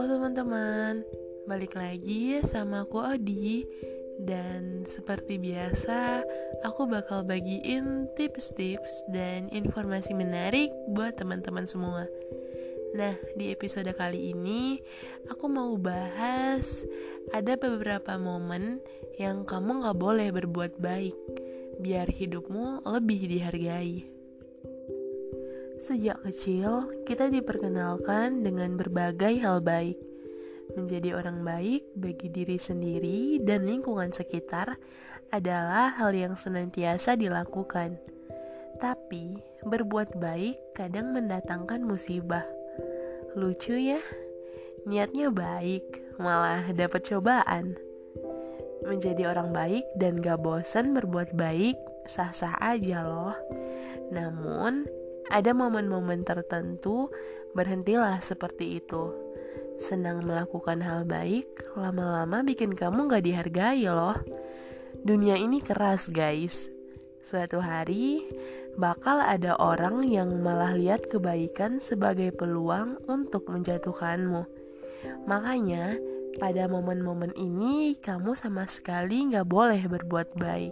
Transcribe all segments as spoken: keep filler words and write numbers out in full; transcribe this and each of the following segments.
teman-teman, balik lagi sama aku Odi. Dan seperti biasa, aku bakal bagiin tips-tips dan informasi menarik buat teman-teman semua. Nah, di episode kali ini aku mau bahas ada beberapa momen yang kamu gak boleh berbuat baik biar hidupmu lebih dihargai. Sejak kecil, kita diperkenalkan dengan berbagai hal baik. Menjadi orang baik bagi diri sendiri dan lingkungan sekitar adalah hal yang senantiasa dilakukan. Tapi, berbuat baik kadang mendatangkan musibah. Lucu ya, niatnya baik, malah dapat cobaan. Menjadi orang baik dan gak bosan berbuat baik, sah-sah aja loh. Namun, ada momen-momen tertentu, berhentilah seperti itu. Senang melakukan hal baik, lama-lama bikin kamu gak dihargai loh. Dunia ini keras guys. Suatu hari, bakal ada orang yang malah lihat kebaikan sebagai peluang untuk menjatuhkanmu. Makanya, pada momen-momen ini, kamu sama sekali gak boleh berbuat baik.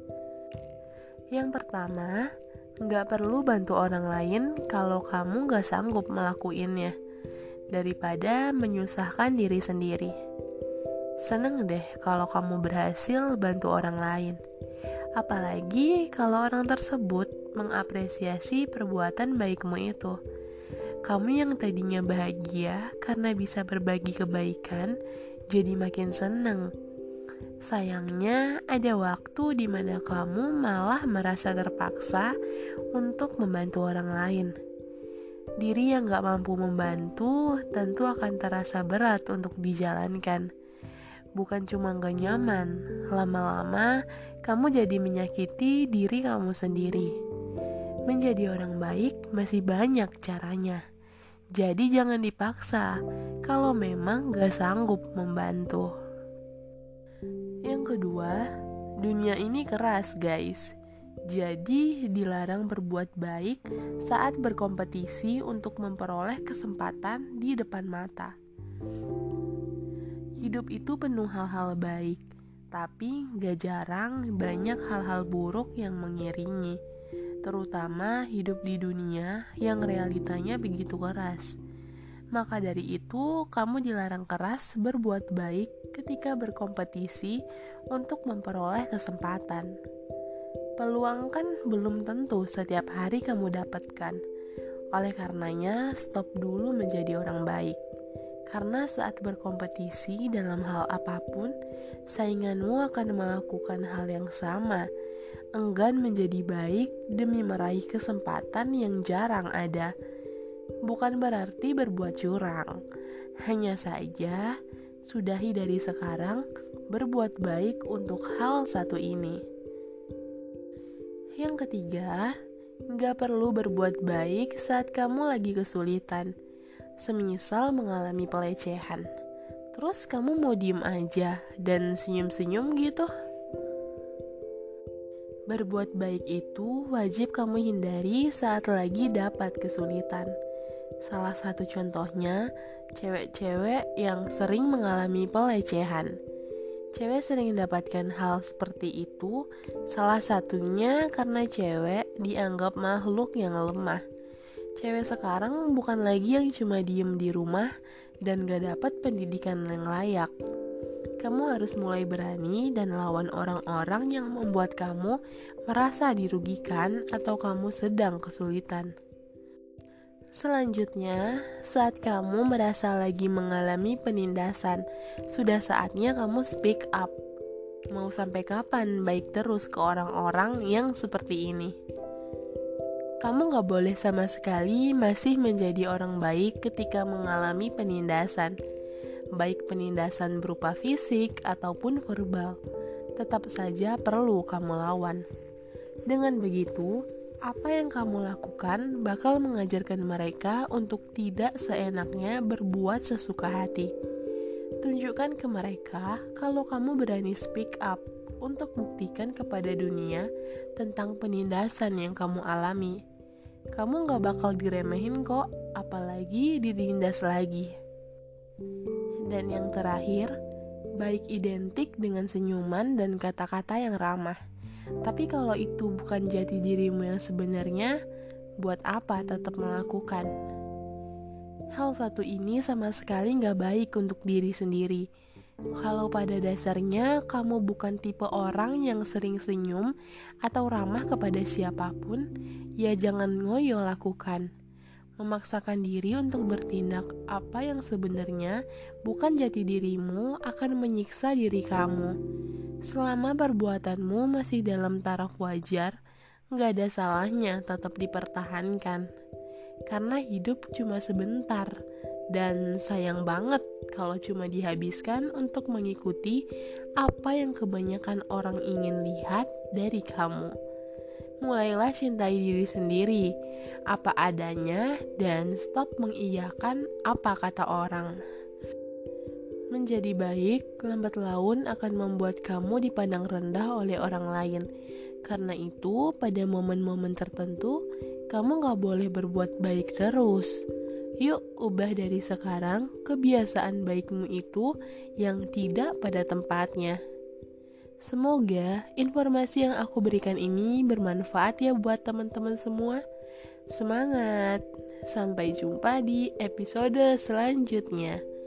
Yang pertama, gak perlu bantu orang lain kalau kamu gak sanggup melakuinnya, daripada menyusahkan diri sendiri. Seneng deh kalau kamu berhasil bantu orang lain, apalagi kalau orang tersebut mengapresiasi perbuatan baikmu itu. Kamu yang tadinya bahagia karena bisa berbagi kebaikan, jadi makin seneng. Sayangnya, ada waktu di mana kamu malah merasa terpaksa untuk membantu orang lain. Diri yang gak mampu membantu tentu akan terasa berat untuk dijalankan. Bukan cuma gak nyaman, lama-lama kamu jadi menyakiti diri kamu sendiri. Menjadi orang baik masih banyak caranya. Jadi jangan dipaksa kalau memang gak sanggup membantu. Yang kedua, dunia ini keras guys. Jadi dilarang berbuat baik saat berkompetisi untuk memperoleh kesempatan di depan mata. Hidup itu penuh hal-hal baik, tapi gak jarang banyak hal-hal buruk yang mengiringi. Terutama hidup di dunia yang realitanya begitu keras. Maka dari itu, kamu dilarang keras berbuat baik ketika berkompetisi untuk memperoleh kesempatan. Peluang kan belum tentu setiap hari kamu dapatkan. Oleh karenanya, stop dulu menjadi orang baik. Karena saat berkompetisi dalam hal apapun, sainganmu akan melakukan hal yang sama. Enggan menjadi baik demi meraih kesempatan yang jarang ada. Bukan berarti berbuat curang. Hanya saja, sudahi dari sekarang berbuat baik untuk hal satu ini. Yang ketiga, gak perlu berbuat baik saat kamu lagi kesulitan. Semisal mengalami pelecehan. Terus kamu mau diem aja dan senyum-senyum gitu? Berbuat baik itu wajib kamu hindari saat lagi dapat kesulitan. Salah satu contohnya, cewek-cewek yang sering mengalami pelecehan. Cewek sering mendapatkan hal seperti itu, salah satunya karena cewek dianggap makhluk yang lemah. Cewek sekarang bukan lagi yang cuma diem di rumah dan gak dapat pendidikan yang layak. Kamu harus mulai berani dan lawan orang-orang yang membuat kamu merasa dirugikan atau kamu sedang kesulitan. Selanjutnya, saat kamu merasa lagi mengalami penindasan, sudah saatnya kamu speak up. Mau sampai kapan baik terus ke orang-orang yang seperti ini? Kamu gak boleh sama sekali masih menjadi orang baik ketika mengalami penindasan. Baik penindasan berupa fisik ataupun verbal, tetap saja perlu kamu lawan. Dengan begitu, apa yang kamu lakukan bakal mengajarkan mereka untuk tidak seenaknya berbuat sesuka hati. Tunjukkan ke mereka kalau kamu berani speak up untuk buktikan kepada dunia tentang penindasan yang kamu alami. Kamu gak bakal diremehin kok, apalagi ditindas lagi. Dan yang terakhir, baik identik dengan senyuman dan kata-kata yang ramah. Tapi kalau itu bukan jati dirimu yang sebenarnya, buat apa tetap melakukan? Hal satu ini sama sekali gak baik untuk diri sendiri. Kalau pada dasarnya kamu bukan tipe orang yang sering senyum atau ramah kepada siapapun, ya jangan ngoyo lakukan. Memaksakan diri untuk bertindak apa yang sebenarnya bukan jati dirimu akan menyiksa diri kamu. Selama perbuatanmu masih dalam taraf wajar, gak ada salahnya tetap dipertahankan. Karena hidup cuma sebentar, dan sayang banget kalau cuma dihabiskan untuk mengikuti apa yang kebanyakan orang ingin lihat dari kamu. Mulailah cintai diri sendiri, apa adanya, dan stop mengiyakan apa kata orang. Menjadi baik, lambat laun akan membuat kamu dipandang rendah oleh orang lain. Karena itu, pada momen-momen tertentu, kamu gak boleh berbuat baik terus. Yuk, ubah dari sekarang kebiasaan baikmu itu yang tidak pada tempatnya. Semoga informasi yang aku berikan ini bermanfaat ya buat teman-teman semua. Semangat! Sampai jumpa di episode selanjutnya.